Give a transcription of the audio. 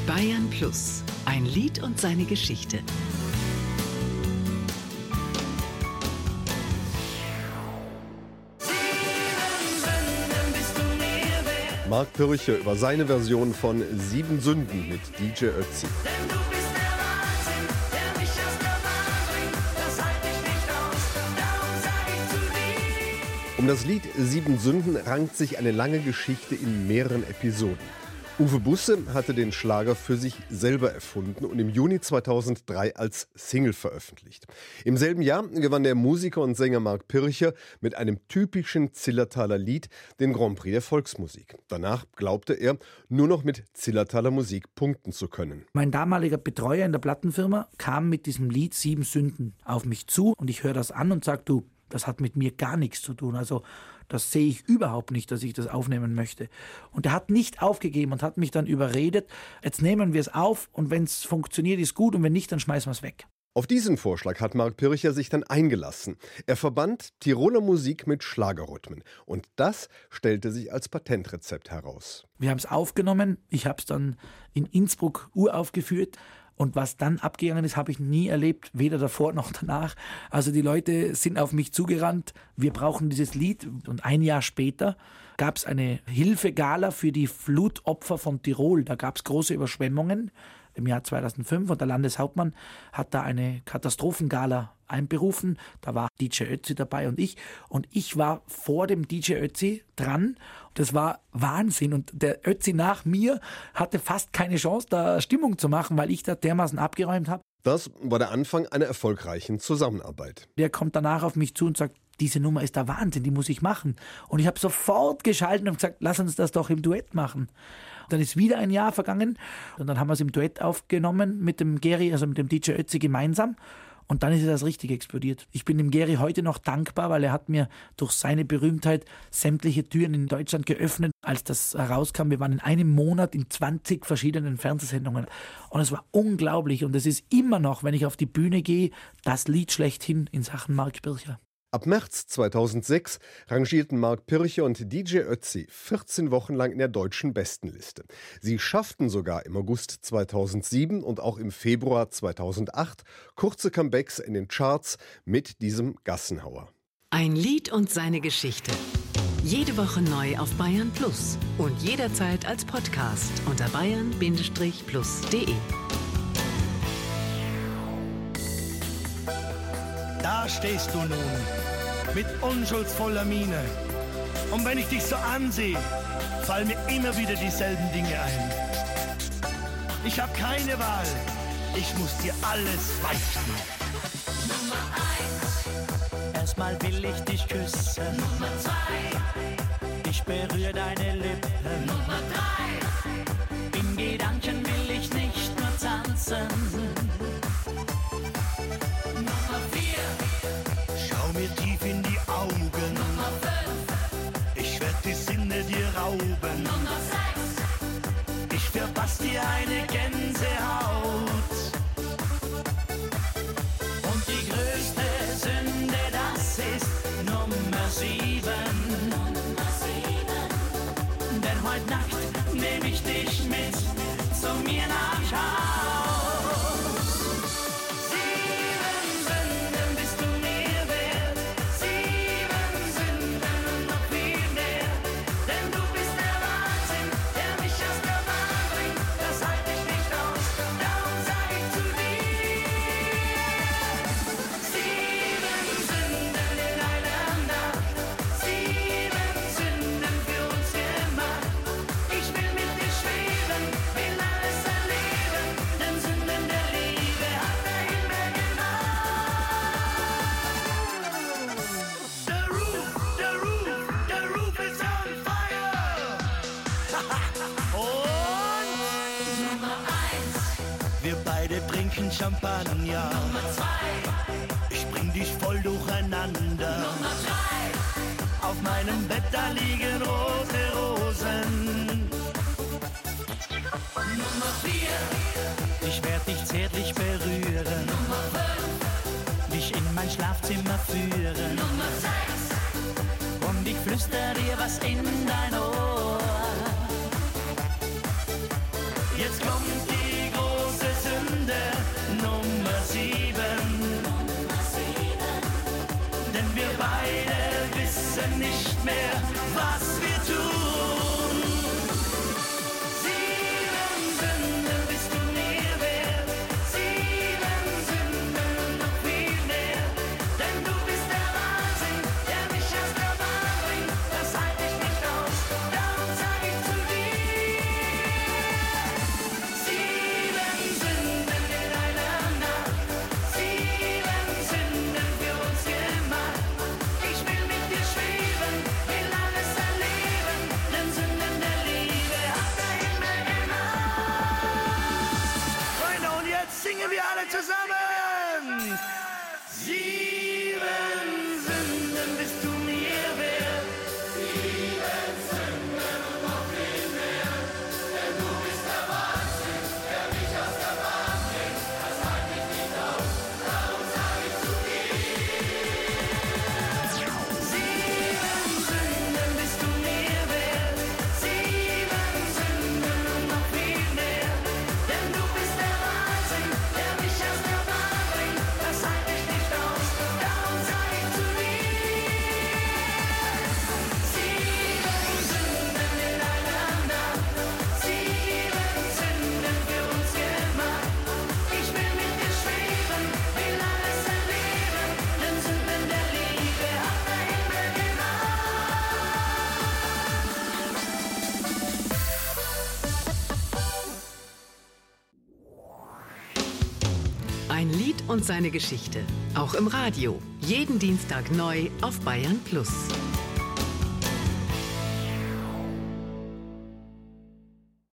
Bayern Plus, ein Lied und seine Geschichte. Marc Pircher über seine Version von Sieben Sünden mit DJ Ötzi. Um das Lied Sieben Sünden rankt sich eine lange Geschichte in mehreren Episoden. Uwe Busse hatte den Schlager für sich selber erfunden und im Juni 2003 als Single veröffentlicht. Im selben Jahr gewann der Musiker und Sänger Marc Pircher mit einem typischen Zillertaler Lied den Grand Prix der Volksmusik. Danach glaubte er, nur noch mit Zillertaler Musik punkten zu können. Mein damaliger Betreuer in der Plattenfirma kam mit diesem Lied Sieben Sünden auf mich zu und ich höre das an und sage, du, das hat mit mir gar nichts zu tun. Also das sehe ich überhaupt nicht, dass ich das aufnehmen möchte. Und er hat nicht aufgegeben und hat mich dann überredet, jetzt nehmen wir es auf und wenn es funktioniert, ist gut und wenn nicht, dann schmeißen wir es weg. Auf diesen Vorschlag hat Marc Pircher sich dann eingelassen. Er verband Tiroler Musik mit Schlagerrhythmen. Und das stellte sich als Patentrezept heraus. Wir haben es aufgenommen, ich habe es dann in Innsbruck uraufgeführt. Und was dann abgegangen ist, habe ich nie erlebt, weder davor noch danach. Also die Leute sind auf mich zugerannt, wir brauchen dieses Lied. Und ein Jahr später gab es eine Hilfegala für die Flutopfer von Tirol. Da gab es große Überschwemmungen im Jahr 2005 und der Landeshauptmann hat da eine Katastrophengala einberufen. Da war DJ Ötzi dabei und ich war vor dem DJ Ötzi dran. Das war Wahnsinn und der Ötzi nach mir hatte fast keine Chance, da Stimmung zu machen, weil ich da dermaßen abgeräumt habe. Das war der Anfang einer erfolgreichen Zusammenarbeit. Der kommt danach auf mich zu und sagt, diese Nummer ist der Wahnsinn, die muss ich machen. Und ich habe sofort geschaltet und gesagt, lass uns das doch im Duett machen. Dann ist wieder ein Jahr vergangen und dann haben wir es im Duett aufgenommen mit dem Geri, also mit dem DJ Ötzi gemeinsam. Und dann ist es das richtig explodiert. Ich bin dem Geri heute noch dankbar, weil er hat mir durch seine Berühmtheit sämtliche Türen in Deutschland geöffnet. Als das herauskam, wir waren in einem Monat in 20 verschiedenen Fernsehsendungen. Und es war unglaublich. Und es ist immer noch, wenn ich auf die Bühne gehe, das Lied schlechthin in Sachen Marc Pircher. Ab März 2006 rangierten Marc Pircher und DJ Ötzi 14 Wochen lang in der deutschen Bestenliste. Sie schafften sogar im August 2007 und auch im Februar 2008 kurze Comebacks in den Charts mit diesem Gassenhauer. Ein Lied und seine Geschichte. Jede Woche neu auf Bayern Plus und jederzeit als Podcast unter bayern-plus.de. Da stehst du nun, mit unschuldsvoller Miene. Und wenn ich dich so ansehe, fallen mir immer wieder dieselben Dinge ein. Ich hab keine Wahl, ich muss dir alles beichten. Nummer 1. Erstmal will ich dich küssen. Nummer 2. Ich berühre deine Lippen. Nummer 3. In Gedanken will ich nicht nur tanzen. Schau mir tief in die Augen. Nummer 5. Ich werd die Sinne dir rauben. Nummer 6. Ich verpass dir eine Gänsehaut. Und die größte Sünde, das ist Nummer 7. Nummer 7. Denn heute Nacht nehm ich dich mit zu mir nach Haus. Champagner. Nummer 2. Ich bring dich voll durcheinander. Nummer 3. Auf meinem Bett da liegen rote Rosen. Nummer 4. Ich werd dich zärtlich berühren. Nummer 5. Dich in mein Schlafzimmer führen. Nummer 6. Und ich flüster dir was in dein Ohr. Jetzt kommt die große Sünde, Nummer 7. Denn wir beide wissen nicht mehr, was wir tun. 7 Sünden bist du mir wert, 7 Sünden und noch viel mehr. Denn du bist der Wahnsinn, der mich aus der Bahn bringt. Das halte ich nicht aus, darum sag ich zu dir. 7 Sünden in einer Nacht, 7 Sünden für uns gemacht. Ich will mit dir schweben, will alles erleben, denn Sünden der Liebe hat der Himmel gemacht. Freunde, und jetzt singen wir alle zusammen. 7 Sünden bist du mir wert. 7 Sünden und noch viel mehr. Denn du bist der Wahnsinn, der mich aus der Bahn bringt. Das halte ich nicht aus, darum sag ich zu dir. 7 Sünden bist du mir wert. 7 Sünden und noch viel mehr. Denn du bist der Wahnsinn, der mich aus der Bahn bringt. Das halte ich nicht aus, darum sag ich zu dir. 7 Sünden in einer Nacht, 7 Sünden für uns gemacht. Ich will mit dir schweben, will alles erleben, denn Sünden der Liebe hat der Himmel gemacht. Ein Lied und seine Geschichte. Auch im Radio. Jeden Dienstag neu auf Bayern Plus.